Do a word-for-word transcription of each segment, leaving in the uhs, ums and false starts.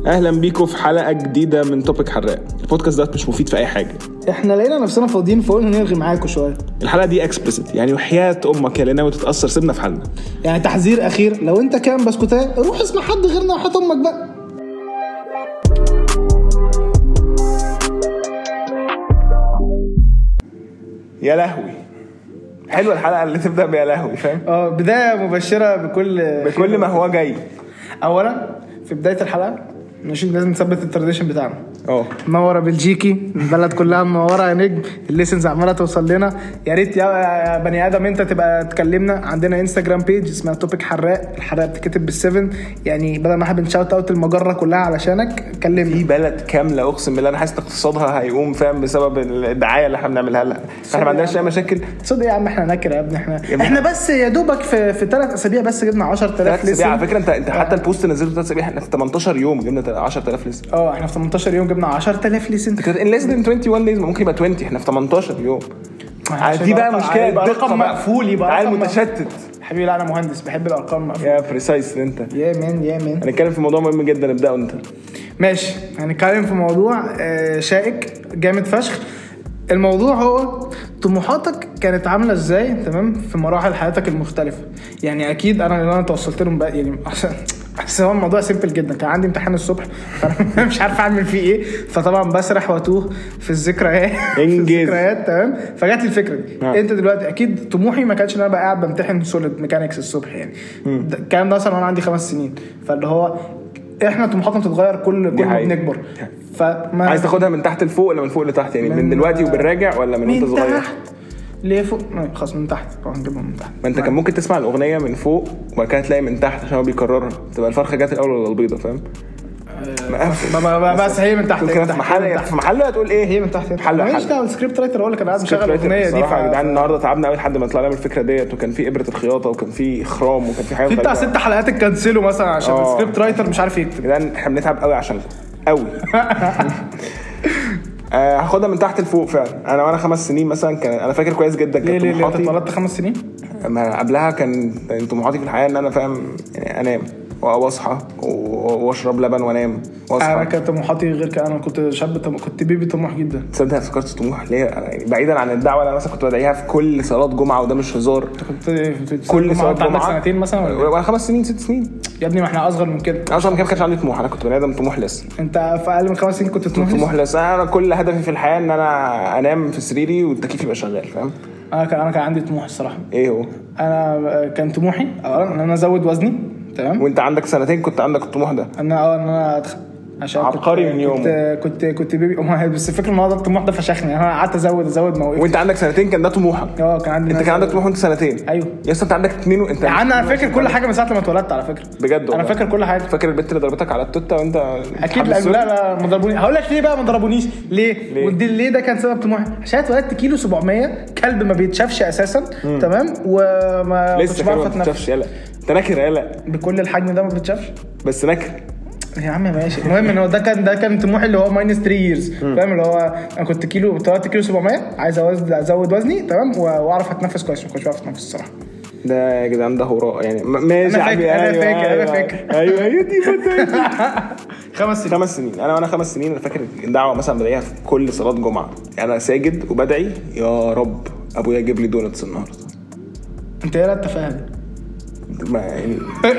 اهلا بيكم في حلقه جديده من توبيك حراق. البودكاست ده مش مفيد في اي حاجه، احنا لقينا نفسنا فاضيين فقلنا نلغي معاكم شويه. الحلقه دي اكسبلسيت يعني وحياه امك يا لنا وتتاثر، سيبنا في حالنا. يعني تحذير اخير، لو انت كان بسكوتات روح اسمع حد غيرنا وحياه امك بقى. يا لهوي، حلوه الحلقه اللي تبدا بيا لهوي، فاهم؟ اه بدايه مبشره بكل بكل ما هو جاي. اولا في بدايه الحلقه ماشي لازم نثبت التراديشن بتاعنا. اه منوره بلجيكي، البلد كلها منوره يا نجم، الليسنز عماله توصل لنا. يا ريت يا بني ادم انت تبقى تكلمنا. عندنا انستجرام بيج اسمها توبيك حراق، الحراق بتكتب بالسفن، يعني بدل ما احنا بنشاوت اوت المجره كلها علشانك كلمنا. في بلد كامله اقسم بالله انا حاسس اقتصادها هيقوم، فاهم؟ بسبب الدعايه اللي احنا بنعملها لها. احنا ما عندناش اي مشاكل. صدق يا عم احنا ناكر يا ابني. احنا احنا بس يا دوبك في في ثلاث اسابيع بس جبنا عشرة آلاف لسه. على فكره انت انت حتى البوست نزلته ثلاث اسابيع، احنا في تمنتاشر يوم جبنا عشرة آلاف لسه. اه احنا في تمنتاشر يوم جبنا عشرة آلاف لسه. انت ان less than واحد وعشرين days ممكن يبقى عشرين، احنا في تمنتاشر يوم. دي بقى مشكله، يبقى رقم مقفول، يبقى رقم متشتت. حبيبي لا انا مهندس بحب الارقام مقفول. يا بريسايس انت يا مان يا مان. هنتكلم في موضوع مهم جدا، نبداه انت. ماشي، هنتكلم في موضوع شائك جامد فشخ. الموضوع هو طموحاتك كانت عامله ازاي تمام في مراحل حياتك المختلفه. يعني اكيد انا اللي انا توصلت لهم بقى يعني بس هو الموضوع سيمبل جدا. كان عندي امتحان الصبح فانا مش عارف اعمل فيه ايه، فطبعا بسرح واتوه في الذكريات في الذكريات تمام. فجات لي الفكره دي. آه. انت دلوقتي اكيد طموحي ما كانش ان انا بقى قاعد بمتحن سوليد ميكانكس الصبح يعني. الكلام ده اصلا وانا عندي خمس سنين. فاللي هو احنا طموحاتنا بتتغير كل كل ما بنكبر. فما عايز تاخدها من تحت لفوق ولا من فوق لتحت؟ يعني من, من دلوقتي وبالراجع ولا من وانت صغير؟ ليه فوق؟ خلاص من تحت. اه نجيبها من تحت. ما انت كان ممكن تسمع الاغنيه من فوق وبعد كده تلاقي من تحت عشان هو بيكررها، تبقى الفرخه جت الاول ولا البيضه، فاهم؟ أه بس هي من تحت. كانت في محل في محل هتقول ايه؟ هي من تحت. محل مش ده السكريبت رايتر اقول لك انا قاعد مشغل الاغنيه دي. يا جدعان النهارده تعبنا قوي لحد ما طلعنا من الفكره ديت، وكان في ابره الخياطه وكان في خرام وكان في حاجه في بتاع ست حلقات اتكنسلوا مثلا عشان أوه. السكريبت رايتر مش عارف يكتب. يا جدعان احنا بنتعب قوي عشان قوي. آه هاخدها من تحت لفوق فعلا. انا وانا خمس سنين مثلا كان انا فاكر كويس جدا كان طموحاتي. ليه ليه اتولدت خمس سنين؟ ما قبلها كان طموحاتي في الحياه ان انا فاهم يعني انام واصحى واشرب لبن وانام واصحى. انا كنت طموحاتي غير كده. انا كنت شاب طم... كنت بيبي طموح جدا. تصدق فكرت طموح ليه يعني بعيدا عن الدعوه؟ انا مثلا كنت بدعيها في كل صلاه جمعه وده مش هزار. كنت كل صلاه جمعه. عندك سنتين مثلا ولا ولا خمس سنين ست سنين يا ابني؟ ما احنا اصغر من كده. اصغر من كده ما كانش عندي طموح. انا كنت بني ادم طموح لسه. انت في اقل من خمس سنين كنت طموح طموح لسه. انا كل هدفي في الحياه ان انا انام في سريري والتكييف يبقى شغال، فاهم؟ انا كان انا كان عندي طموح الصراحه. ايه هو؟ انا كان طموحي اولا ان انا ازود وزني تمام. وانت عندك سنتين كنت عندك الطموح ده؟ انا اه ان انا ادخل عشان عبقري من يوم. كنت كنت كنت بيبي امها. بس الفكره ان هو ده الطموح ده فشخني. انا قعدت ازود ازود ما وقفتش. وانت عندك سنتين كان ده طموحك؟ اه كان عندي. انت كان عندك طموح وانت سنتين؟ ايوه يا اسطى انت عندك اتنين وانت يعني انا فاكر كل حاجه من ساعه لما اتولدت على فكره. بجد انا فاكر كل حاجه. فاكر البنت اللي ضربتك على التوته وانت اكيد لا لا, لا ما ضربوني. هقول لك ليه بقى ما ضربونيش ليه, ليه؟ ودي ليه ده كان سبب طموحي. عشان اتولدت كيلو سبعمية، كلب ما بيتشافش اساسا تمام. وما كنتش بعرف اتنفس. يلا انت ناكر يلا بكل الحجم ده ما بيتشافش بس ناكر يا عم ماشي. المهم ان هو ده كان ده كان طموحي اللي هو ماينس ثلاثة ييرز، فاهم؟ اللي هو انا كنت كيلو طلعت كيلو سبعمية، عايز ازود وزني تمام واعرف اتنفس كويس. ما كنتش بعرف اتنفس الصراحه. ده يا جدعان ده هراء يعني. ماشي انا فاكر انا فاكر انا فاكر ايوه ايوه دي فتره خمس سنين خمس سنين انا وانا خمس سنين انا فاكر الدعوه مثلا بدايها في كل صلاه جمعه. يعني انا ساجد وبدعي يا رب ابويا يجيب لي دونتس النهارده. انت ايه التفاهم ما يعني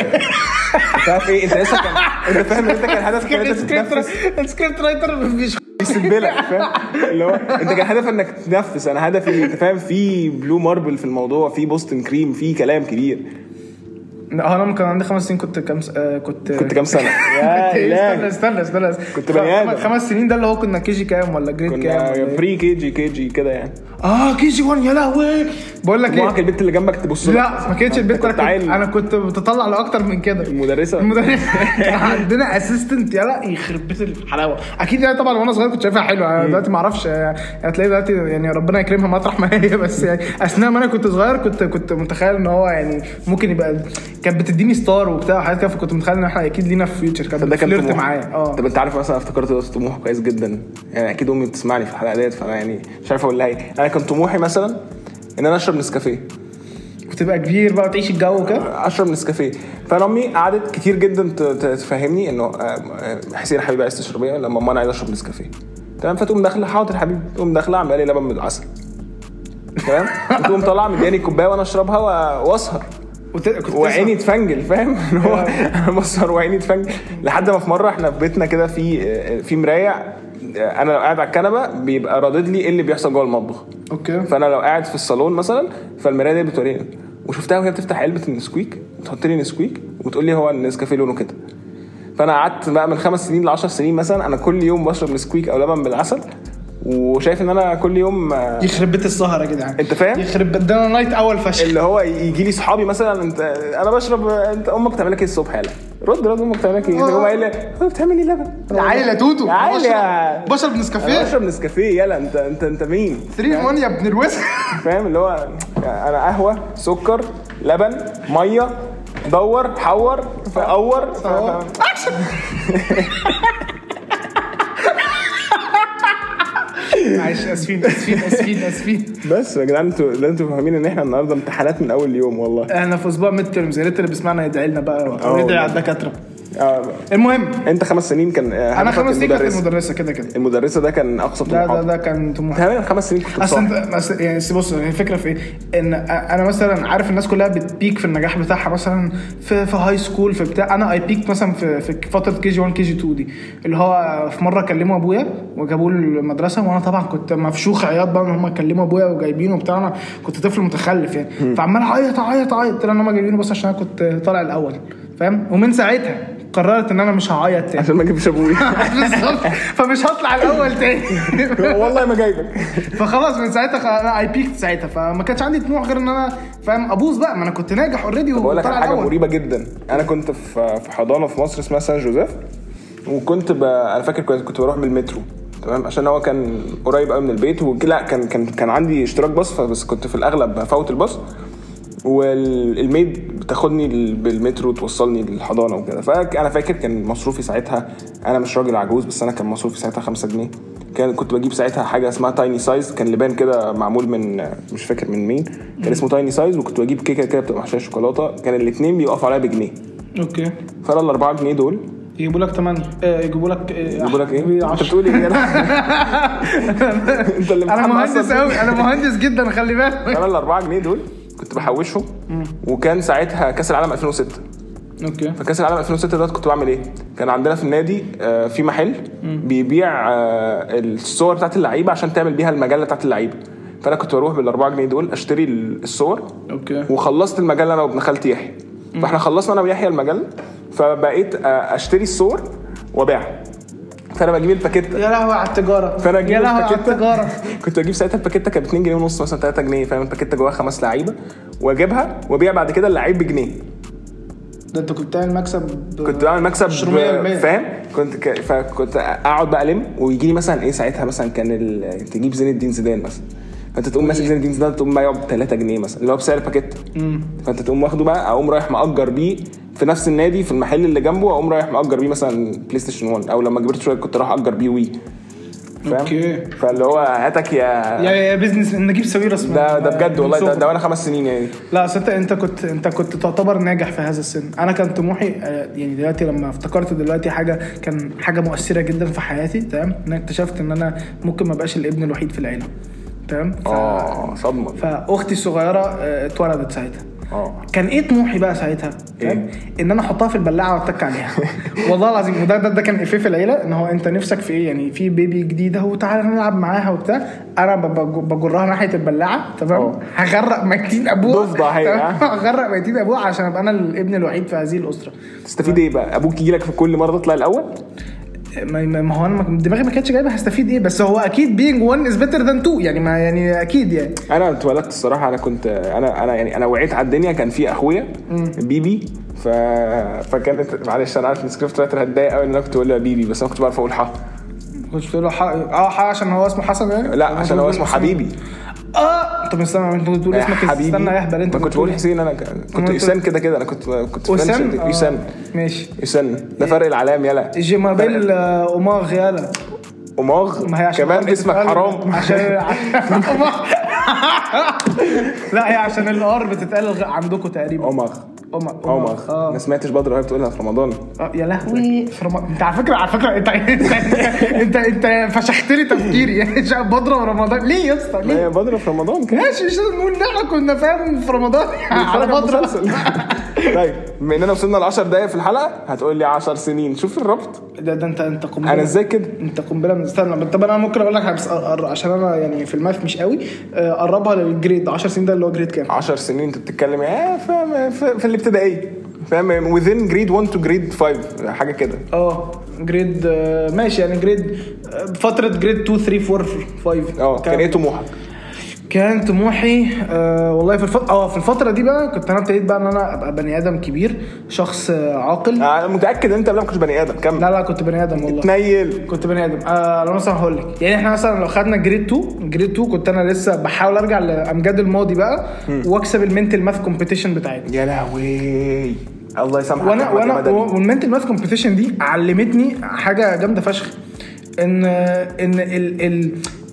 تعرف ايه؟ انت لسه كان انت فاهم ان انت كان هدفك انك تتنفس. السكريبت رايتر مش يسبلك، فاهم؟ اللي هو انت كان هدفك انك تتنفس. انا هدفي انت فاهم في بلو ماربل في الموضوع، في بوستن كريم، في كلام كبير. انا لما كان عندي خمس سنين كنت كام س... آه كنت كنت كام سنه؟ يا استنى استنى استنى كنت بني ادم. خمس سنين ده اللي هو كنا كيجي كام ولا جريد كام؟ كنا بري كيجي كيجي كده يعني. اه كيجي واحد. يا لهوي بقول لك ايه، معاك البنت اللي جنبك تبص لا ما كانتش البنت. انا كنت بتطلع لاكتر من كده. المدرسه المدرسه عندنا اسيستنت يلا يخرب بيت الحلاوه. اكيد يعني طبعا وانا صغير كنت شايفها حلوه. انا دلوقتي ما اعرفش هتلاقي دلوقتي يعني ربنا يكرمها مطرح ما هي. بس يعني اثناء ما انا كنت صغير كنت كنت متخيل ان هو يعني ممكن يبقى كانت بتديني ستار وبتاع حاجات كده. فكنت متخيل ان احنا اكيد لينا في فيوتشر. كانت بتفلرت معايا. اه طب انت عارف مثلا افتكرت ده طموح كويس جدا يعني. اكيد امي بتسمعني في الحلقه ديت فانا يعني مش عارف اقول لها ايه. انا كان طموحي مثلا ان انا اشرب نسكافيه. وتبقى كبير بقى وتعيش الجو كده اشرب نسكافيه. فانا امي قعدت كتير جدا تفهمني انه حسين حبيبي عايز تشرب ايه؟ لما انا عايز اشرب نسكافيه تمام. فتقوم داخله حاضر حبيبي، تقوم داخله عامله لي لبن بالعسل تمام، وتقوم طالعه مدياني كوبايه وانا اشربها واسهر وت... وعيني تفنجل، فاهم؟ هو انا بسهر وعيني تفنجل لحد ما في مره احنا في بيتنا كده في في مرايه، انا لو قاعد على الكنبه بيبقى رادد لي ايه اللي بيحصل جوه المطبخ. اوكي. فانا لو قاعد في الصالون مثلا فالمرايه دي بتوريني، وشفتها وهي بتفتح علبه النسكويك وتحط لي نسكويك وبتقول لي هو النسكافيه لونه كده. فانا قعدت بقى من خمس سنين لعشر سنين مثلا انا كل يوم بشرب نسكويك او لبن بالعسل، وشايف ان انا كل يوم يخرب بيت السهره يا جدعان، انت فاهم؟ يخرب بيت ده نايت اول فشل. اللي هو يجي لي صحابي مثلا انت انا بشرب، انت امك بتعمل لك ايه الصبح؟ يلا رد رد امك بتعمل لك ايه؟ تقوم قايل لي بتعمل لي لبن يا عيل يا توتو، بشرب بشرب نسكافيه بشرب نسكافيه يلا انت انت انت مين؟ ثلاثة وان يا ابن الوسخ فاهم؟ اللي هو انا قهوه سكر لبن ميه دور حور فاور اكشن معلش اسفين اسفين اسفين اسفين بس يا جدعان انتوا لازم تفهمين ان احنا النهارده امتحانات من اول يوم. والله احنا في اسبوع ميد تيرمز، يا ريت اللي بيسمعنا يدعي لنا بقى ويدعي على الدكاتره. آه. المهم انت خمس سنين كان انا خمس سنين كنت المدرسه كده كده المدرسه ده كان اقصى طموحات. ده ده ده كان طموح تمام. خمس سنين كنت اصلا انت يعني بص الفكره في ايه، ان انا مثلا عارف الناس كلها بتبيك في النجاح بتاعها مثلا في في هاي سكول في بتاع، انا اي بيك مثلا في في فتره كي جي واحد كي جي اتنين دي، اللي هو في مره كلموا ابويا وجابوه المدرسه، وانا طبعا كنت مفشوخ عياط بقى ان هم كلموا ابويا وجايبينه وبتاع، انا كنت طفل متخلف يعني، فعمال اعيط اعيط اعيط طلع ان هم جايبينه بس عشان انا كنت طالع الاول، فاهم؟ ومن ساعتها قررت ان انا مش هعيط تاني عشان ما اجيبش ابويا بالظبط، فمش هطلع الاول تاني والله ما جايبك. فخلاص من ساعتها انا اي بيكت ساعتها، فما كانش عندي طموح غير ان انا فاهم ابوظ بقى، ما انا كنت ناجح اوريدي وطلع الاول. حاجه مريبه جدا، انا كنت في في حضانه في مصر اسمها سان جوزيف، وكنت ب... انا فاكر كويس كنت بروح بالمترو تمام عشان هو كان قريب قوي من البيت، ولا كان كان كان عندي اشتراك باص، بس كنت في الاغلب بفوت الباص، والميد بتاخدني بالمترو توصلني للحضانه وكده. فانا فاكر كان مصروفي ساعتها، انا مش راجل عجوز بس انا كان مصروفي ساعتها خمسة جنيه. كان كنت بجيب ساعتها حاجه اسمها تايني سايز، كان لبان كده معمول من مش فاكر من مين، كان اسمه تايني سايز، وكنت بجيب كيكه كده بتبقى محشيه شوكولاته، كان الاثنين بيقفوا عليها بجنيه. اوكي. فانا الاربعة جنيه دول يجيبوا لك ثمانية اه يجيبوا لك اه يجيبوا لك ايه؟ انت بتقول ايه كده؟ انت اللي انا مهندس قوي، انا مهندس جدا خلي بالك. انا الاربعة جنيه دول كنت بحوشهم، وكان ساعتها كاس العالم ألفين وستة. اوكي. فكاس العالم ألفين وستة ده كنت بعمل ايه؟ كان عندنا في النادي في محل بيبيع الصور بتاعت اللعيبه عشان تعمل بيها المجله بتاعت اللعيبه، فانا كنت بروح بالاربعة جنيه دول اشتري الصور. اوكي. وخلصت المجله انا وابن خالتي يحيى، فاحنا خلصنا انا ويحيى المجله، فبقيت اشتري الصور وابيعها. فانا بجيب الباكيت، يا لهوي على التجاره، فانا اجيب التجاره كنت اجيب ساعتها الباكيته كانت اتنين جنيه ونص مثلا تلاتة جنيه، فاهم؟ الباكيته جواها خمس لعيبه، واجيبها وابيع بعد كده اللعيب بجنيه. ده انت كنت بتعمل مكسب، كنت بعمل مكسب فاهم؟ كنت ك... فكنت اقعد بقى الم، ويجي لي مثلا ايه ساعتها مثلا كان ال... تجيب زين الدين زيدان مثلا، فانت تقوم ماسك زين الدين زيدان تقوم بايعه ب تلاتة جنيه مثلا اللي هو بسعر الباكيت، فانت تقوم واخده بقى، اقوم رايح مأجر بيه في نفس النادي في المحل اللي جنبه، اقوم رايح مأجر بيه مثلا بلاي ستيشن واحد، او لما كبرت شويه كنت رايح اجر بيه وي، فاهم؟ اوكي. فاللي هو هاتك يا يا يا بيزنس نجيب ساويرس ده ده بجد والله، ده ده وانا خمس سنين يعني. لا انت انت كنت انت كنت تعتبر ناجح في هذا السن. انا كان طموحي يعني دلوقتي لما افتكرت دلوقتي حاجه كان حاجه مؤثره جدا في حياتي، تمام؟ انا اكتشفت ان انا ممكن ما بقاش الابن الوحيد في العيله، تمام؟ ف... اه صدمه. فاختي الصغيره اتولدت ساعتها. اه كان ايه طموحي بقى ساعتها؟ إيه؟ ان انا احطها في البلاعه واتك عليها والله العظيم. وده ده, ده كان افيه في العيله، ان هو انت نفسك في ايه يعني؟ في بيبي جديده وتعالى نلعب معاها وبتاع، انا بجرها ناحيه البلاعه، تمام؟ هغرق ميتين ابوها، ضفدع هي هغرق ميتين ابوها عشان ابقى انا الابن الوحيد في هذه الاسره. تستفيد ايه بقى؟ ابوك يجي لك في كل مره تطلع الاول؟ ما هو انا دماغي ما كانتش جايبه هستفيد ايه، بس هو اكيد being one is better than two يعني، ما يعني اكيد يعني. انا اتولدت الصراحه، انا كنت انا انا يعني انا وعيت على الدنيا، كان في اخويا بيبي، ف فكانت معلش انا عارف ان السكريبت رايتر هتضايق قوي ان انا كنت بقول له بيبي، بس انا كنت بعرف اقول ح كنت بقول له ح اه ح عشان هو اسمه حسن يعني؟ لا عشان هو اسمه حبيبي. اه انت استنى، انت بتقول اسمك استنى يا اهبل، انت كنت بقول حسين، انا كنت يسان كده كده، انا كنت كنت يسان يسان ماشي يسان ده فرق العلام يلا جيمابيل اوماغ يلا اوماغ كمان اسمك حرام عشان لا هي عشان الار بتتقال عندكم تقريبا امغ امغ امغ اه ما سمعتش بدر وهي بتقولها في رمضان. آه، يا لهوي في رمضان. انت على فكره على فكره انت انت انت, انت فشخت لي تفكيري يعني بدر ورمضان ليه يا اسطى ما ليه؟ هي بدر في رمضان كده ماشي مش لازم نقول ان احنا كنا فاهم في رمضان على بدر. طيب بما اننا وصلنا ل عشر دقايق في الحلقه هتقول لي عشر سنين. شوف الربط ده, ده انت انت قنبله. انا ازاي كده؟ انت قنبله من استنى. طب انا ممكن اقول لك حاجه بس أقر- عشان انا يعني في الماث مش قوي. آه، قربها للجريد عشر سنين ده اللي هو جريد كام؟ عشر سنين انت بتتكلم ايه فاهم في, في الابتدائيه فاهم within grade واحد to grade خمسة حاجه كده. اه جريد آه، ماشي يعني جريد آه، فتره جريد اتنين تلاتة اربعة خمسة. اه كان ايه طموحك؟ كان طموحي آه والله في الفتره اه في الفتره دي بقى كنت انا ابتديت بقى ان انا ابقى بني ادم كبير شخص آه عاقل. انا متاكد ان انت قبل ما كنتش بني ادم. كمل. لا لا كنت بني ادم والله. تنيل. كنت بني ادم. آه انا مثلا هقول لك يعني احنا مثلا لو خدنا جريد اتنين جريد اتنين كنت انا لسه بحاول ارجع لامجاد الماضي بقى واكسب المنتل ماث كومبيتيشن بتاعتي. يا لهوي الله يسامحك. وانا وانا والمنتل ماث كومبيتيشن دي علمتني حاجه جامده فشخ ان ان ال ال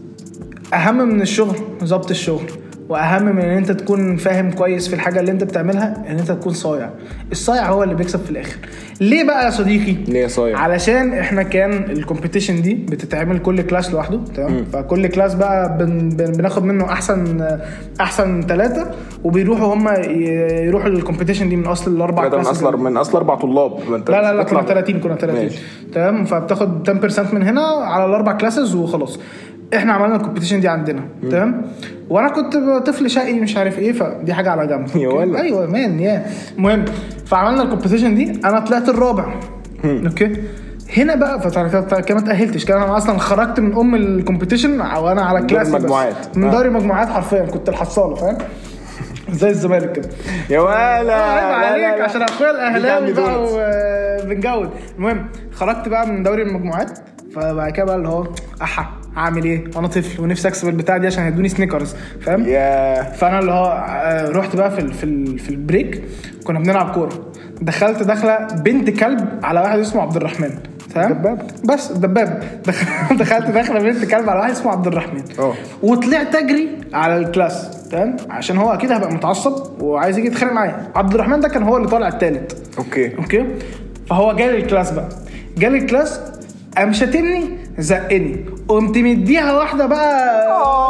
اهم من الشغل ضبط الشغل واهم من ان انت تكون فاهم كويس في الحاجه اللي انت بتعملها ان انت تكون صايع. الصايع هو اللي بيكسب في الاخر. ليه بقى يا صديقي؟ ليه صايع؟ علشان احنا كان الكومبيتيشن دي بتتعمل كل كلاس لوحده تمام. فكل كلاس بقى بن بن بناخد منه احسن احسن ثلاثه وبيروحوا هم يروحوا الكومبيتيشن دي من اصل الاربع كلاس. من اصل من اصل اربع طلاب. لا لا لا كنا ثلاثين كنا ثلاثين تمام. فبتاخد عشرة بالمية من هنا على الاربع كلاسز وخلاص. احنا عملنا الكومبيتيشن دي عندنا تمام. وانا كنت طفل شقي مش عارف ايه فدي حاجه على جنب. ايوه مان يا المهم فعملنا الكومبيتيشن دي انا طلعت الرابع. اوكي هنا بقى فكما تاهلتش كان انا اصلا خرجت من ام الكومبيتيشن وانا على كلاس مجموعات من دوري مجموعات حرفيا كنت الحصاله فاهم زي الزمالك كده يا ولا عليك عشان اخويا الاهلاوي بقى وبنجود. المهم خرجت بقى من دوري المجموعات فبعد كده بقى اللي هو احا اعمل ايه وانا طفل ونفسي اكسب البتاع دي عشان هيدوني سنيكرز فاهم. yeah. فانا اللي هو رحت بقى في في في البريك كنا بنلعب كوره دخلت دخله بنت كلب على واحد اسمه عبد الرحمن تمام. دباب بس دباب دخلت دخله بنت كلب على واحد اسمه عبد الرحمن اه وطلعت اجري على الكلاس تمام عشان هو اكيد هيبقى متعصب وعايز يجي يتخانق معايا. عبد الرحمن ده كان هو اللي طالع الثالث. اوكي اوكي فهو جالي الكلاس بقى جالي الكلاس قام شاتمني زقني قمت مديها واحده بقى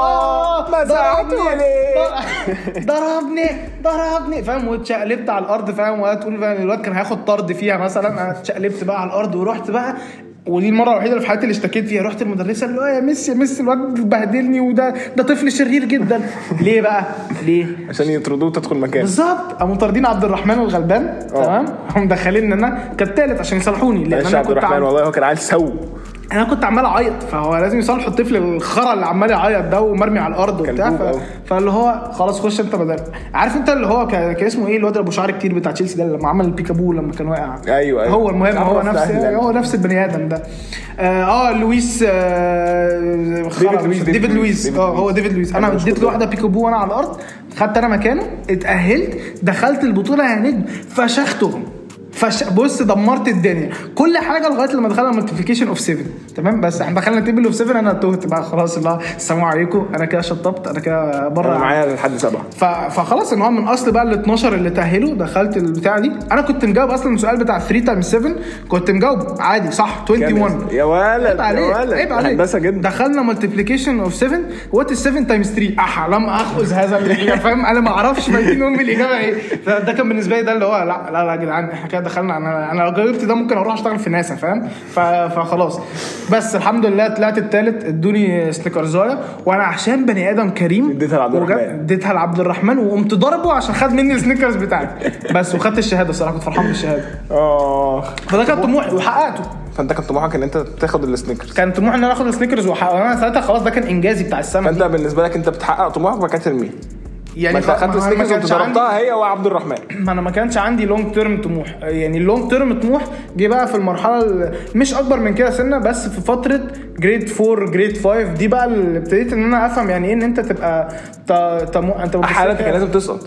اه ما زعقتني ضربني ضربني فاهم واتشقلبت على الارض فاهم وتقول فاهم الواد كان هياخد طرد فيها مثلا. انا اتشقلبت بقى على الارض ورحت بقى ودي المره الوحيده اللي في حياتي اللي اشتكيت فيها. رحت المدرسه اللي هو يا مس يا مس الواد بهدلني وده ده طفل شرير جدا. ليه بقى ليه عشان يطردوه تدخل مكان بالظبط. قاموا طاردين عبد الرحمن الغلبان تمام. هم مدخلين ان انا كنت ثالث عشان يصالحوني لان انا عبد الرحمن والله هو كان عيل سو انا كنت عمال اعيط فهو لازم يصالحوا الطفل الخرا اللي عمال يعيط ده ومرمي على الارض وبتاع ف... فاللي هو خلاص خش انت بدل. عارف انت اللي هو كان ك... اسمه ايه الواد ابو شعر كتير بتاع تشيلسي ده لما عمل البيكابو لما كان واقع. ايوه ايوه هو المهم هو نفس هو نفس البني ادم ده. اه, آه لويس آه ديفيد لويس ديفيد لويس اه هو ديفيد لويس. انا اديت له واحده بيكابو وانا على الارض خدت انا مكانه اتاهلت دخلت البطوله يا نجم فشختهم فش بص دمرت الدنيا كل حاجه لغايه لما دخلنا مالتيبيكيشن اوف سبعة تمام. بس احنا دخلنا تيبل اوف سبعة انا تهت بقى خلاص اللي السلام عليكم انا كده شطبت انا كده بره معايا لحد سبعة. فخلاص ان هو من اصل بقى ال اتناشر اللي تاهلوا دخلت البتاع دي. انا كنت مجاوب اصلا السؤال بتاع ثلاثة تايمز سبعة كنت مجاوب عادي صح واحد وعشرين. يا ولد يا ولد عيب عليك هندسه جدا. دخلنا مالتيبيكيشن اوف سبعة وات سبعة تايمز ثلاثة اح لم اخذ هذا اللي فاهم انا ما اعرفش مالتين ام الاجابه ايه. ده كان بالنسبه لي ده اللي هو لا لا لا يا جدعان احنا كده دخلنا انا انا لو جاوبت ده ممكن اروح اشتغل في ناسا فاهم. فخلاص بس الحمد لله طلعت الثالث ادوني سنيكرزايه وانا عشان بني ادم كريم اديتها لعبد الرحمن اديتها لعبد الرحمن وقمت ضربه عشان خد مني السنيكرز بتاعتي بس وخدت الشهاده الصراحه كنت فرحان بالشهاده. اه فده كان طموحي وحققته. فانت كان طموحك ان انت تاخد السنيكرز. كان طموحي ان انا اخد السنيكرز وحققه. انا ساعتها خلاص ده كان انجازي بتاع السنه. فانت بالنسبه لك انت بتحقق طموحك وبعد كده ترميه يعني. ما اخدت السنيكرز وانت ضربتها هي وعبد الرحمن. ما انا ما كانش عندي لونج تيرم طموح يعني. اللونج تيرم طموح جه بقى في المرحله مش اكبر من كده سنه بس في فتره جريد أربعة جريد خمسة دي بقى اللي ابتديت ان انا افهم يعني ايه ان انت تبقى ت... تم... انت حالتك كان لازم تسقط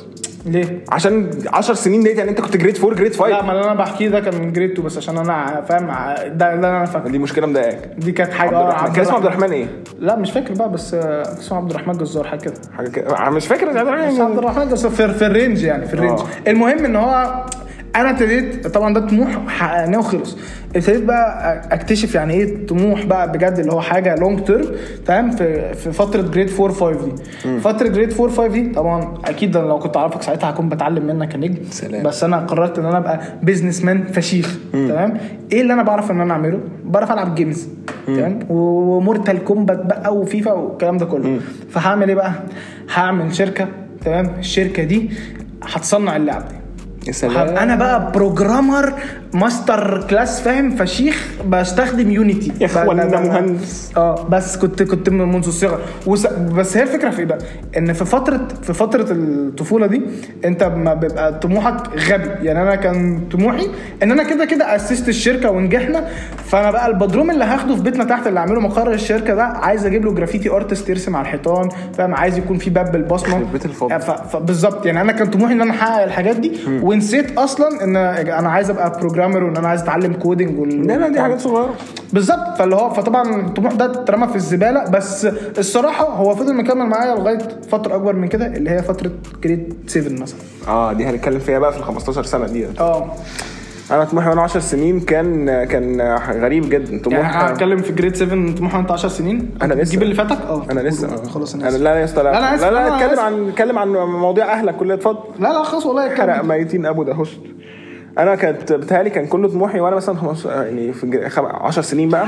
ليه؟ عشان عشر سنين ديت يعني انت كنت جريد فور جريد فايف. لا، ما اللي انا بحكيه ده كان من جريد تو بس عشان انا فاهم ده اللي انا فاكره. دي مشكله مضايقاك؟ دي كانت حاجه. اه كان اسمه عبد الرحمن ايه؟ لا مش فاكر بقى، بس اسمه عبد الرحمن جزار حاجه كده حاجه كده مش فاكر عبد الرحمن عبد الرحمن جزار في, في الرينج يعني في الرينج. المهم ان هو انا ابتديت طبعا ده طموح حققناه وخلص. ابتديت بقى اكتشف يعني ايه طموح بقى بجد اللي هو حاجه لونج تيرم فاهم في في فتره جريد فور فايف دي. م. فتره جريد فور فايف دي طبعا اكيد لو كنت اعرفك ساعتها هكون بتعلم منك كنجم. سلام. بس انا قررت ان انا ابقى بيزنس مان فشيخ. تمام. ايه اللي انا بعرف ان انا اعمله؟ بعرف العب جيمز تمام ومورتال كومبات بقى وفيفا والكلام ده كله. م. فهعمل ايه بقى؟ هعمل شركه تمام. الشركه دي هتصنع اللعب دي. انا بقى بروجرامر ماستر كلاس فاهم فشيخ بستخدم يونيتي يا اخوانا مهندس. اه بس كنت كنت منذ الصغر وس... بس هي الفكره في ايه بقى ان في فتره في فتره الطفوله دي انت ما بيبقى طموحك غبي. يعني انا كان طموحي ان انا كده كده اسست الشركه ونجحنا. فانا بقى البدروم اللي هاخده في بيتنا تحت اللي اعمله مقر الشركه ده عايز اجيب له جرافيتي ارتست يرسم على الحيطان فاهم. عايز يكون في باب بالبصمه فبالظبط. يعني انا كان طموحي ان انا احقق الحاجات دي م. ونسيت اصلا ان انا عايز ابقى بروجرامر وان انا عايز اتعلم كودينج وال... لا دي حاجات صغيره بالظبط. فاللي هو فطبعا الطموح ده اترمى في الزباله. بس الصراحه هو فضل مكمل معايا لغايه فتره اكبر من كده اللي هي فتره جريد سفن مثلا. اه دي هنتكلم فيها بقى في ال خمستاشر سنه دي. اه انا طموحي وانا عشر سنين كان كان غريب جدا. طموحي يعني هتكلم في جريد سفن طموحي وانت عشر سنين. انا لسه تجيب اللي فاتك. اه انا لسه آه. خلاص انا لا يا اسطى لا لا لا, لا اتكلم عن اتكلم عن مواضيع اهلك كلها. اتفضل. لا لا خلاص والله حرق ميتين ابو ده هوست. انا كانت بتهيألي كان كل طموحي وانا مثلا خمس يعني في عشر سنين بقى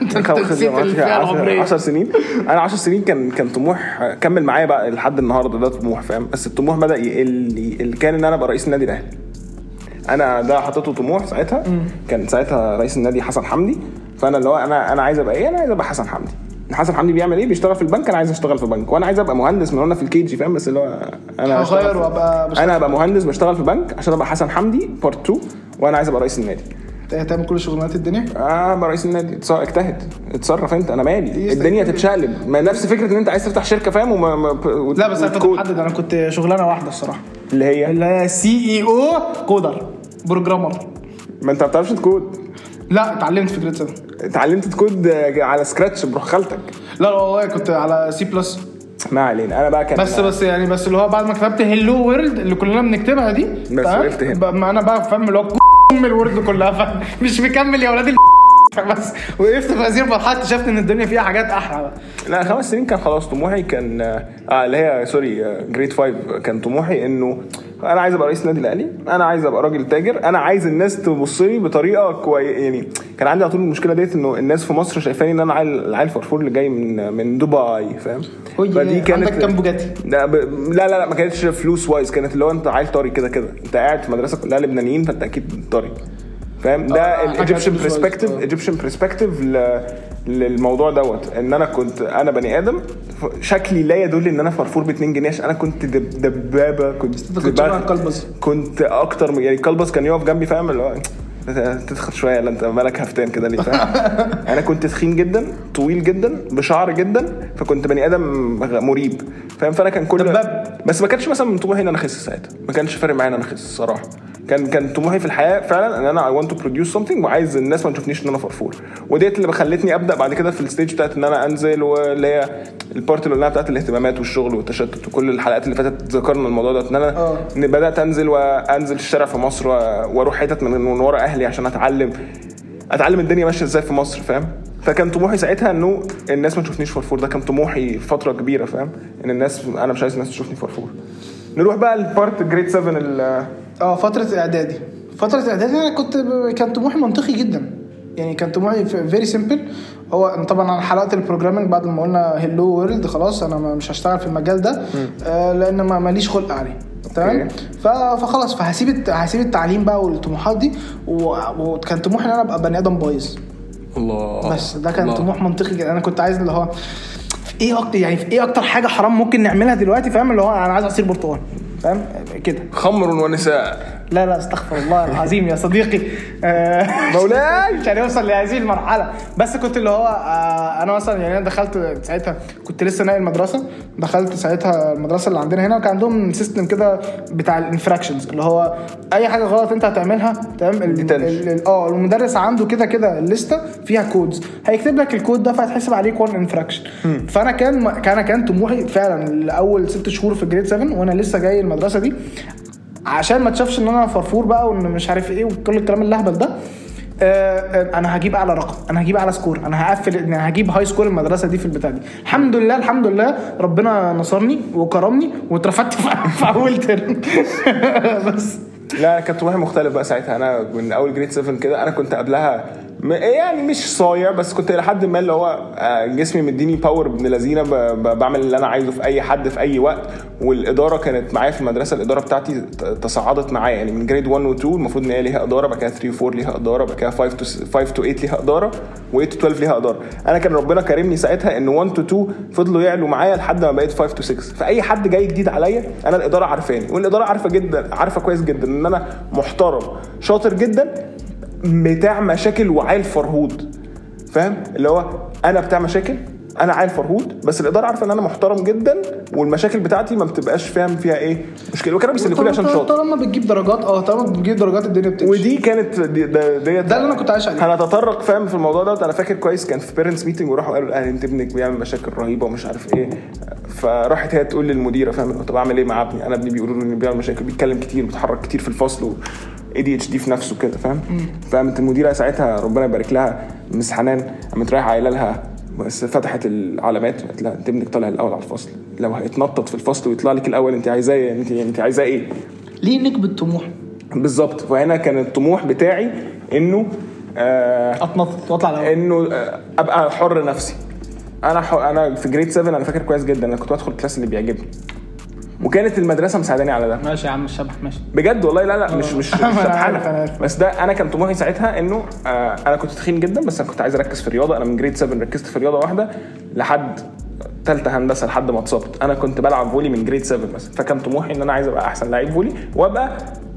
عشر سنين. انا عشر سنين كان كان طموح كمل معايا بقى لحد النهارده ده طموح فاهم. بس الطموح بدا يقل. اللي كان ان انا ابقى رئيس النادي الاهلي. انا ده حطيته طموح ساعتها. كان ساعتها رئيس النادي حسن حمدي. فانا اللي هو انا انا عايز ابقى ايه؟ انا عايز ابقى حسن حمدي. حسن حمدي بيعمل ايه؟ بيشتغل في البنك. انا عايز اشتغل في بنك. وانا عايز ابقى مهندس من وانا في الكي جي فاهم. بس اللي هو انا هغير وابقى انا ابقى مهندس بشتغل في بنك عشان ابقى حسن حمدي بارت اتنين. وانا عايز ابقى رئيس النادي. تعمل كل شغلانات الدنيا. اه ابقى رئيس النادي. اجتهد اتصرف انت. انا مالي الدنيا تتشقلب. ما نفس فكره ان انت عايز تفتح شركه فاهم. وما ما و... لا بس انا كنت محدد. انا كنت شغلانه واحده الصراحه اللي هي اللي هي سي اي او كودر بروجرامر. ما انت ما بتعرفش تكود. لا اتعلمت في جريد سبعة. اتعلمت تكود على سكراتش بروح خالتك. لا والله كنت على سي بلس. ما علينا. انا بقى كان بس بس يعني بس اللي هو بعد ما كتبت هيلو وورلد اللي كلنا بنكتبها دي بس وقفت هنا. ما انا بقى فاهم اللي هو ام الورد كلها مش مكمل يا ولاد بس وقفت في هذه المرحله اكتشفت ان الدنيا فيها حاجات احلى بقى. لا خمس سنين كان خلاص طموحي كان اه اللي هي سوري جريد فايف كان طموحي انه انا عايز ابقى رئيس النادي الاهلي. انا عايز ابقى راجل تاجر. انا عايز الناس تبص لي بطريقه كويسه. يعني كان عندي على طول المشكله ديت انه الناس في مصر شايفاني ان انا العيل فرفور اللي جاي من من دبي فاهم. فدي كانت عندك كام بوجاتي. لا, ب... لا لا لا ما كانتش فلوس وايز. كانت اللي هو انت عيل طري كده كده. انت قاعد في مدرسه كلها لبنانيين فانت اكيد طري فاهم. ده الايجيبشن برسبكتيف ايجيبشن برسبكتيف للموضوع دوت. ان انا كنت انا بني ادم شكلي لا يدل ان انا فرفور باتنين جنيه. انا كنت دبابه. كنت كلبز. كنت اكتر يعني كلبز كان يقف جنبي فاهم اللي هو تدخل شويه. لا انت مالك هفتان كده ليه فاهم. انا كنت تخين جدا طويل جدا بشعر جدا. فكنت بني ادم مريب فاهم. فانا كان كل دباب. بس ما كانش مثلا من طموحي ان انا اخس ساعتها. ما كانش فارق معايا ان انا اخس الصراحه. كان كان طموحي في الحياه فعلا ان انا I want to produce something وعايز الناس ما تشوفنيش ان انا فرفور. وديت اللي خلتني ابدا بعد كده في الستيج بتاعت ان انا انزل واللي هي البارت اللي بتاعت الاهتمامات والشغل والتشتت وكل الحلقات اللي فاتت ذكرنا الموضوع ده. ان انا أوه. ان بدات انزل وانزل الشارع في مصر واروح حتت من ورا اهلي عشان اتعلم اتعلم الدنيا ماشيه ازاي في مصر فاهم. فكان طموحي ساعتها انه الناس ما تشوفنيش فرفور. ده كان طموحي فتره كبيره فاهم. ان الناس انا مش عايز الناس تشوفني فرفور. نروح بقى البارت جريد سبعة ال اه فتره اعدادي. فتره اعدادي انا كنت كان طموحي منطقي جدا. يعني كان طموحي فيري سيمبل. هو طبعا انا حلقت البروجرامينج بعد ما قلنا هيلو وورلد خلاص انا مش هشتغل في المجال ده آه لان ما ماليش خلق عليه تمام. فخلاص فهسيب هسيب التعليم بقى والطموحات دي. وكان طموحي ان انا ابقى بني ادم بايظ. الله. بس ده كان الله. طموح منطقي جدا. انا كنت عايز اللي هو في ايه اكتر يعني في ايه اكتر حاجه حرام ممكن نعملها دلوقتي فاهم. اللي هو انا عايز عصير برتقال فاهم كده. خمر ونساء لا لا استغفر الله العظيم يا صديقي مولاي مش هنوصل لهذه المرحله. بس كنت اللي هو آه انا مثلا يعني انا دخلت ساعتها كنت لسه ناقل المدرسه، دخلت ساعتها المدرسه اللي عندنا هنا وكان عندهم سيستم كده بتاع الانفراكشنز اللي هو اي حاجه غلط انت هتعملها تمام اه المدرس عنده كده كده الليسته فيها كودز هيكتب لك الكود ده فهتحسب عليك وان انفراكشن. فانا كان كان كان طموحي فعلا اول ست شهور في جريد سبعة وانا لسه جاي المدرسه دي عشان ما تشافش ان انا فرفور بقى وان مش عارف ايه وكل الكلام اللهبل ده. آه انا هجيب اعلى رقم، انا هجيب اعلى سكور، انا هقفل انا هجيب هاي سكور المدرسه دي في البتاع دي. الحمد لله الحمد لله ربنا نصرني وكرمني واترفدت في اول ترم. بس لا كانت طموحي مختلف بقى ساعتها. انا من اول جريد سبعة كده انا كنت قبلها يعني مش صايع بس كنت لحد ما اللي هو جسمي مديني باور ابن لذينه بعمل اللي انا عايزه في اي حد في اي وقت. والاداره كانت معايا في المدرسه، الاداره بتاعتي تصاعدت معايا يعني من جريد واحد و اتنين المفروض ان هي ليها اداره، بعد كده تلاتة و اربعة ليها اداره، بعد كده خمسة تو تمانية ليها اداره و8 تو اتناشر ليها اداره. انا كان ربنا كرمني ساعتها ان واحد تو اتنين فضلوا يعلوا معايا لحد ما بقيت خمسة تو ستة. فاي حد جاي جديد عليا انا الاداره عارفاني والاداره عارفه جدا عارفه كويس جدا ان انا محترم شاطر جدا بتاع مشاكل وعيل فرهود، فاهم اللي هو انا بتاع مشاكل انا عيل فرهود بس الاداره عارفه ان انا محترم جدا والمشاكل بتاعتي ما بتبقاش فاهم فيها ايه مشكله وكانوا بيسلكوا لي عشان شاطر. طالما بتجيب درجات اه طالما بتجيب درجات الدنيا بتمشي. ودي كانت دي ده, ده, ده اللي انا كنت عايش عليه. هنتطرق فاهم في الموضوع ده. انا فاكر كويس كان في بيرنتس ميتنج وراحوا قالوا الاهل انت ابنك بيعمل مشاكل رهيبه ومش عارف ايه. فراحت هي تقول للمديره فاهم طب اعمل ايه مع ابني؟ انا ابني بيقولوا له انه بيعمل مشاكل بيتكلم كتير بيتحرك كتير في الفصل اي دي اتش دي في نفسه كده فاهم. فقامت المديره ساعتها ربنا يبارك لها مس حنان قامت رايحه قايله لها بس فتحت العلامات قالت لها انت ابنك طالع الاول على الفصل لو هيتنطط في الفصل ويطلع لك الاول انت عايزاه انت انت عايزاه ايه؟ ليه نكبه الطموح بالظبط. فهنا كان الطموح بتاعي انه آه اتنطط واطلع الاول انه آه ابقى حر نفسي. انا حر انا في جريد سبعة انا فاكر كويس جدا انا كنت بدخل الكلاس اللي بيعجبني وكانت المدرسه مساعداني على ده. ماشي يا عم الشبح ماشي بجد والله. لا لا مش مش شبحانه بس ده انا كان طموحي ساعتها انه آه انا كنت تخين جدا بس انا كنت عايز اركز في الرياضه. انا من جريد سبعة ركزت في رياضه واحده لحد ثالثه هندسه لحد ما اتصبت. انا كنت بلعب فولي من جريد سبعة مثلا فكان طموحي ان انا عايز ابقى احسن لعيب فولي وابقى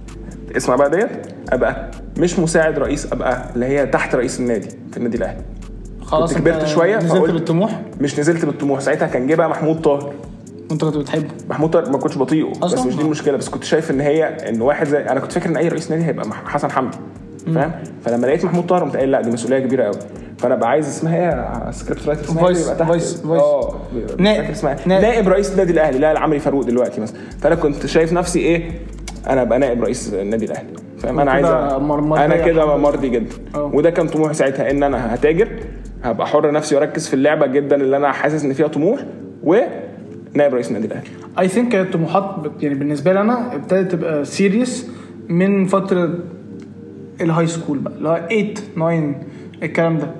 اسمع بقى ديت ابقى مش مساعد رئيس ابقى اللي هي تحت رئيس النادي في النادي الاهلي. خلاص كبرت شويه نزلت بالطموح. مش نزلت بالطموح ساعتها كان جه بقى محمود طاهر وانت كنت بتحبه محمود طاهر ما كنتش بطيئه بس مش دي المشكله. بس كنت شايف ان هي ان واحد زي انا كنت فاكر ان اي رئيس نادي هيبقى حسن حمدي فاهم. فلما لقيت محمود طاهر قمت قايل لا دي مسؤوليه كبيره قوي. فانا بقى عايز اسمها ايه سكريبت رايتر اسمها يبقى تحت فويس اه نائب اسمها نائب رئيس النادي الاهلي لا عمري فاروق دلوقتي مثلا. فانا كنت شايف نفسي ايه انا ابقى نائب رئيس النادي الاهلي فاهم. انا عايز انا كده مرضي جدا أوه. وده كان طموحي ساعتها ان انا هتاجر هبقى حر نفسي واركز في اللعبه جدا اللي انا حاسس ان فيها طموح و نائب رئيس النادي الاهلي. اي ثينك الطموحات يعني بالنسبه لي انا ابتدت تبقى سيريس من فتره الهاي سكول بقى اللي هو تمانية تسعة الكلام ده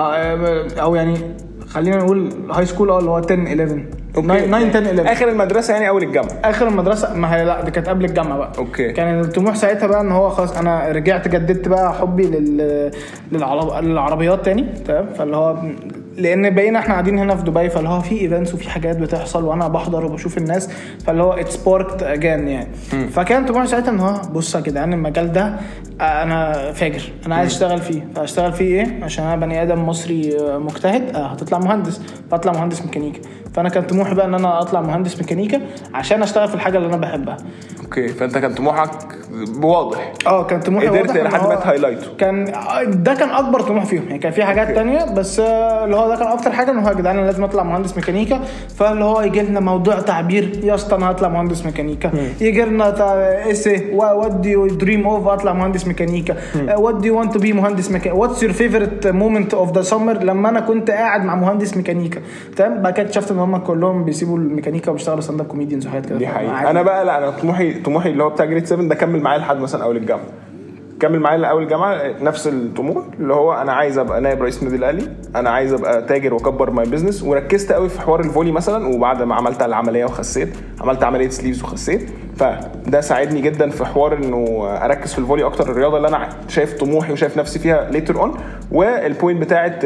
او يعني خلينا نقول هاي سكول اه اللي هو عشرة حداشر تسعة عشرة حداشر اخر المدرسه يعني اول الجامعه. اخر المدرسه ما هي لا دي كانت قبل الجامعه بقى. اوكي. كان الطموح ساعتها بقى ان هو خلاص انا رجعت جددت بقى حبي لل للعرب... للعربيات تاني تمام. فاللي هو لان بقينا احنا قاعدين هنا في دبي فاللي هو في ايفنتس وفي حاجات بتحصل وانا بحضر وبشوف الناس فاللي هو ات سباركت اجان يعني. م. فكان طموحي ساعتها ان هو بص يا جدعان المجال ده انا فاجر انا عايز اشتغل فيه. فاشتغل فيه ايه عشان انا بني ادم مصري مجتهد هتطلع مهندس فاطلع مهندس ميكانيكا. فانا كان طموحي بقى ان انا اطلع مهندس ميكانيكا عشان اشتغل في الحاجه اللي انا بحبها. اوكي. فانت كان طموحك واضح. اه كان طموحي واضح قدرت لحد ما تهايلايته. كان ده كان اكبر طموح فيهم يعني. كان في حاجات تانية بس اللي هو ده كان اكتر حاجه ان هو يا جدعان لازم اطلع مهندس ميكانيكا. فاللي هو يجي لنا موضوع تعبير يا اسطى انا هطلع مهندس ميكانيكا. يجي لنا اسي وات دو يو دريم اوف اطلع مهندس ميكانيكا. وات دو يو وانت تو بي مهندس ميكانيكا. واتس يور فيفورت مومنت اوف ذا سمر لما انا كنت قاعد مع مهندس ميكانيكا تمام. بعد كده شفت ان هم كلهم بيسيبوا الميكانيكا وبيشتغلوا ستاند اب كوميديانز وحاجات كده. دي حقيقة. انا بقى لا انا طموحي طموحي اللي هو بتاع جريد سبعة ده كمل معايا لحد مثلا اول الجامعه. كمل معايا لاول الجامعه نفس الطموح اللي هو انا عايز ابقى نائب رئيس النادي الاهلي. انا عايز ابقى تاجر واكبر ماي بزنس. وركزت قوي في حوار الفولي مثلا وبعد ما عملت العمليه وخسيت عملت عمليه سليفز وخسيت. فده ساعدني جدا في حوار انه اركز في الفولي اكتر الرياضه اللي انا شايف طموحي وشايف نفسي فيها ليتر اون. والبوينت بتاعه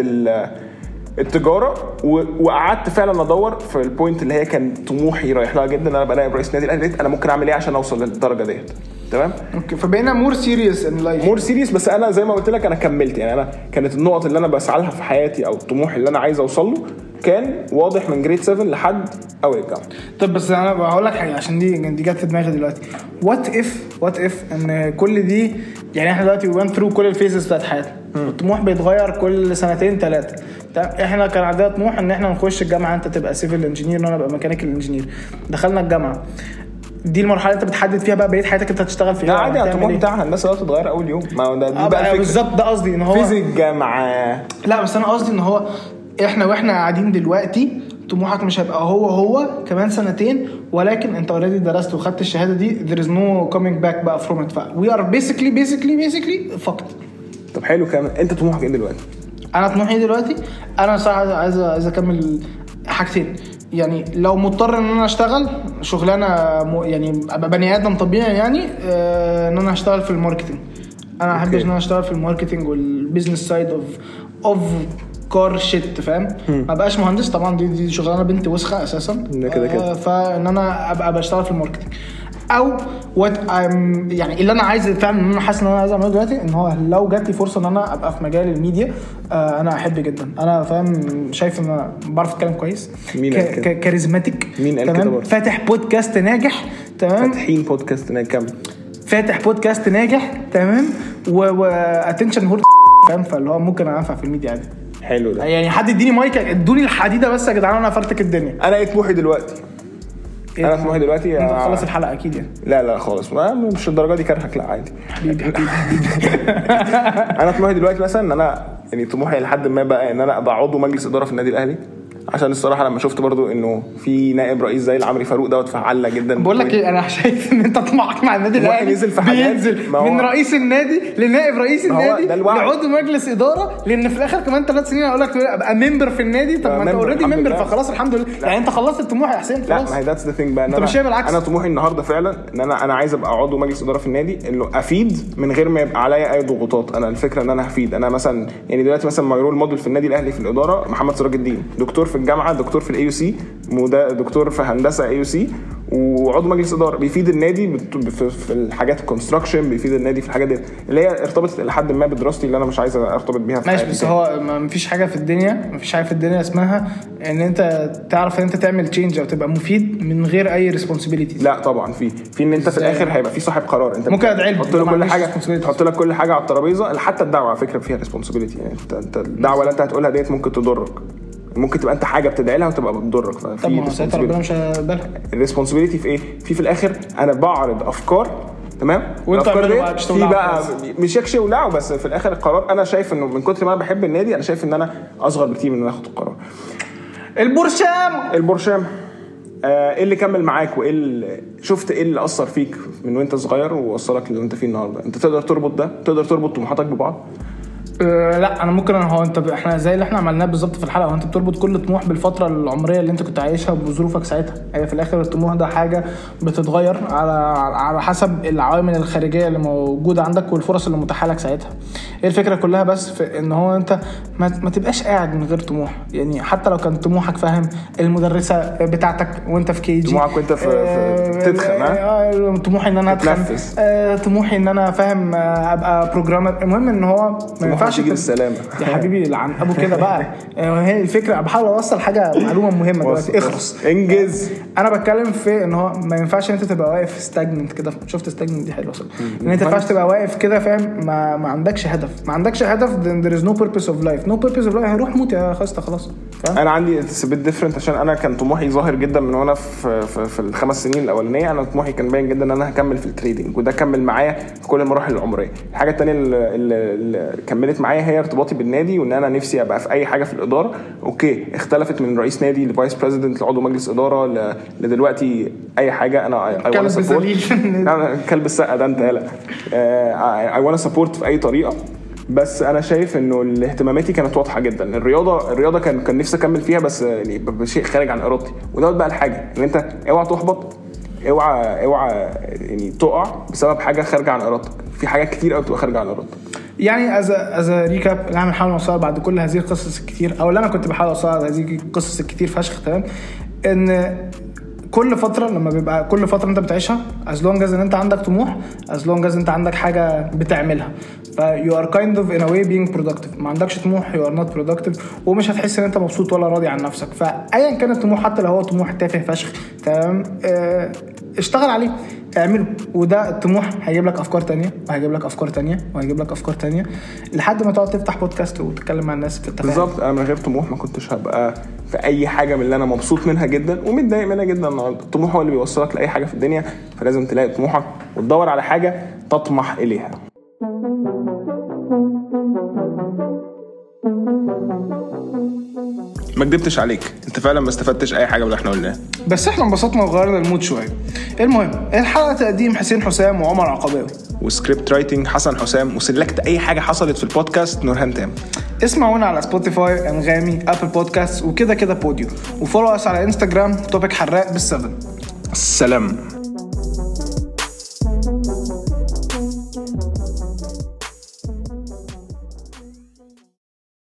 التجاره وقعدت فعلا ادور في البوينت اللي هي كان طموحي رايح لها جدا. انا ابقى نائب رئيس النادي الاهلي انا ممكن اعمل ايه عشان اوصل للدرجه ديت. تمام. اوكي فبقينا مور سيريس ان لايف مور سيريس. بس انا زي ما قلت لك انا كملت يعني انا كانت النقط اللي انا بسعى لها في حياتي او الطموح اللي انا عايز اوصل له كان واضح من جريد سبعة لحد اول الجامعه. طب بس انا بقول لك حاجه عشان دي دي جت في دماغي دلوقتي. وات اف وات اف ان كل دي يعني احنا دلوقتي وين ثرو كل الفيزز بتاعت حياتنا. الطموح بيتغير كل سنتين ثلاثه. احنا كان عندنا طموح ان احنا نخش الجامعه انت تبقى سيفل انجينير وانا ابقى ميكانيكال انجينير. دخلنا الجامعه دي المرحله انت بتحدد فيها بقى بقيه حياتك انت هتشتغل فيها. لا عادي الطموح بتاعها الناس اللي بتتغير اول يوم ما ده دي بقى بالظبط. ده قصدي ان هو فيزيك الجامعه. لا بس انا قصدي ان هو احنا واحنا قاعدين دلوقتي طموحك مش هيبقى هو هو كمان سنتين ولكن انت اوريدي درست وخدت الشهاده دي there is no coming back بقى from it. we are basically basically basically فقط. طب حلو كمان. انت طموحك ايه دلوقتي؟ انا طموحي دلوقتي انا صراحه عايز عايز اكمل حاجتين. يعني لو مضطر ان انا اشتغل شغلانه يعني ابقى بني ادم طبيعي يعني اه ان انا اشتغل في الماركتنج. انا احب ان انا اشتغل في الماركتنج والبيزنس سايد اوف اوف كار شيت فاهم. ما بقاش مهندس طبعا دي دي شغلانه بنت وسخه اساسا كده كده. فان انا ابقى بشتغل في الماركتنج او وات يعني اللي انا عايز فعلا ان انا حاسس ان انا عايز اعمله دلوقتي ان هو لو جات لي فرصه ان انا ابقى في مجال الميديا آه انا احب جدا. انا فاهم شايف ان انا بعرف اتكلم كويس كاريزماتيك تمام. فاتح بودكاست ناجح تمام. فاتحين بودكاست ناجح كم فاتح بودكاست ناجح تمام واتنشن هورت فاهم. فاللي هو ممكن انفع في الميديا عادي. حلو ده. يعني حد يديني مايك ادوني الحديده بس يا جدعان انا فرتك الدنيا. انا ايه طموحي دلوقتي؟ إيه انا طموحي دلوقتي انت خلص الحلقه اكيد يعني. لا لا خالص مش الدرجه دي كرهك لا عادي حبيبي حبيبي. انا طموحي دلوقتي مثلا ان انا يعني طموحي لحد ما بقى ان انا ابقى عضو مجلس اداره في النادي الاهلي. عشان الصراحه لما شفت برضو انه في نائب رئيس زي العمري فاروق دوت فعلة جدا. بقول لك ايه انا شايف ان انت طموحك مع النادي الاهلي بينزل من رئيس النادي لنائب رئيس النادي لعضو مجلس اداره لان في الاخر كمان ثلاث سنين اقول لك ابقى ممبر في النادي. طب ما انت اوريدي ممبر فخلاص الحمد لله. يعني انت خلصت الطموح يا حسين خلاص. لا ما هي ذاتس ذا ثينج بقى. انا مش انا طموحي النهارده فعلا ان انا انا عايز ابقى عضو مجلس اداره في النادي انه افيد من غير ما يبقى عليا اي ضغوطات. انا الفكره ان انا هفيد. انا مثلا يعني دلوقتي مثلا مايرول موديل في النادي الاهلي في الاداره محمد سراج الدين دكتور في الجامعه دكتور في الاي يو سي دكتور في هندسه اي يو سي وعضو مجلس اداره بيفيد النادي في الحاجات الكونستراكشن بيفيد النادي في الحاجات دي اللي هي ارتبطت لحد ما بدراستي اللي انا مش عايز ارتبط بيها في ماشي. بس هو ما فيش حاجه في الدنيا ما فيش حاجه في الدنيا اسمها ان انت تعرف ان انت تعمل تشينج او تبقى مفيد من غير اي ريسبونسابيلتي. لا طبعا في في ان انت في الاخر هيبقى في صاحب قرار. انت ممكن ادعي تحط له كل حاجه تحط لك كل حاجه على الترابيزه. حتى الدعوه على فكره فيها ريسبونسابيلتي. يعني انت انت الدعوه اللي انت هتقولها ديت ممكن تضرك. ممكن تبقى انت حاجه بتدعي لها وتبقى بتضرك. ففي ساعتها ربنا مش هيقبلها. الريسبونسابيلتي في ايه؟ في في الاخر انا بعرض افكار تمام. الافكار دي في بقى مش يكشي ولعه بس في الاخر القرار انا شايف انه من كتر ما انا بحب النادي انا شايف ان انا اصغر بكتير من ان انا اخد القرار. البرشام البرشام آه ايه اللي كمل معاك وايه اللي شفت ايه اللي اثر فيك من وانت صغير ووصلك اللي انت فيه النهارده؟ انت تقدر تربط ده تقدر تربط طموحاتك ببعض؟ أه لا انا ممكن انا هو انت احنا زي اللي احنا عملناه بالظبط في الحلقه. وانت بتربط كل طموح بالفتره العمريه اللي انت كنت عايشها بظروفك ساعتها. هي في الاخر الطموح ده حاجه بتتغير على على حسب العوامل الخارجيه اللي موجوده عندك والفرص اللي متاحه لك ساعتها. هي الفكره كلها بس في ان هو انت ما, ما تبقاش قاعد من غير طموح. يعني حتى لو كان طموحك فاهم المدرسه بتاعتك وانت في كي جي طموحك وانت في, في تدخن اه طموحي ان انا ادخن آه طموحي ان انا فاهم ابقى بروجرامر. المهم ان هو ما ينفعش تيجي بالسلامه يا حبيبي لعن ابو كده بقى. هي الفكره بحاول اوصل حاجه معلومه مهمه دلوقتي. اخلص انجز. انا بتكلم في ان هو ما ينفعش انت تبقى واقف ستاجننت كده. شفت ستاجننت دي حلوه صح ان انت ما ينفعش تبقى واقف كده فاهم ما, ما عندكش هدف ما عندكش هدف there is no purpose of life no purpose of life هروح موت يا خاسته خلاص. انا عندي سبيت ديفرنت عشان انا كان طموحي ظاهر جدا من وانا في في, في الخمس سنين الاولانيه. انا طموحي كان باين جدا ان انا هكمل في التريدينج وده كمل معايا في كل المراحل العمريه. الحاجه الثانيه اللي, اللي كملت معايا هي ارتباطي بالنادي وان انا نفسي ابقى في اي حاجه في الاداره. اوكي اختلفت من رئيس نادي لفايس بريزيدنت لعضو مجلس اداره لدلوقتي اي حاجه. انا اي وانا سبورت كلب السقه ده انت يالا اي وانا سبورت في اي طريقه. بس انا شايف انه الاهتماماتي كانت واضحه جدا. الرياضه الرياضه كان كان نفسي اكمل فيها بس يعني بشيء خارج عن ارادتي. وده بقى الحاجه ان انت اوعى تحبط اوعى اوعى يعني تقع بسبب حاجه خارجه عن ارادتك. في حاجات كتير قوي بتبقى خارجه عن ارادتك. يعني از از ريكاب اللي انا بحاول اوصلها بعد كل هذه القصص الكتير او اللي انا كنت بحاول اوصلها هذه القصص الكتير فشخ تمام ان كل فتره لما بيبقى كل فتره انت بتعيشها as long as ان انت عندك طموح, as long as انت عندك حاجه بتعملها, ف you are kind of in a way being productive. ما عندكش طموح you are not productive, ومش هتحس ان انت مبسوط ولا راضي عن نفسك. فايا كان الطموح, حتى لو هو طموح تافه فشخ, تمام, اه اشتغل عليه, اعمله, وده الطموح هيجيب لك افكار تانية وهيجيب لك افكار تانية وهيجيب لك افكار تانية لحد ما تقعد تفتح بودكاست وتتكلم مع الناس في التفاهم. بالظبط. انا من غير طموح ما كنتش هبقى في اي حاجه من اللي انا مبسوط منها جدا ومتضايق منها جدا النهارده. الطموح هو اللي بيوصلك لاي حاجه في الدنيا, فلازم تلاقي طموحك وتدور على حاجه تطمح اليها. ما كدبتش عليك, انت فعلا ما استفدتش اي حاجه من اللي احنا قلناه, بس احنا انبسطنا وغيرنا المود شويه. المهم, الحلقه تقديم حسين حسام وعمر عقباوي, وسكريبت رايتنج حسن حسام, وسلكت اي حاجه حصلت في البودكاست نورهان تام. اسمعونا على سبوتيفاي, انغامي, ابل بودكاست, وكده كده بوديو, وفولو اس على انستجرام توبيك حراق بالسفن. السلام.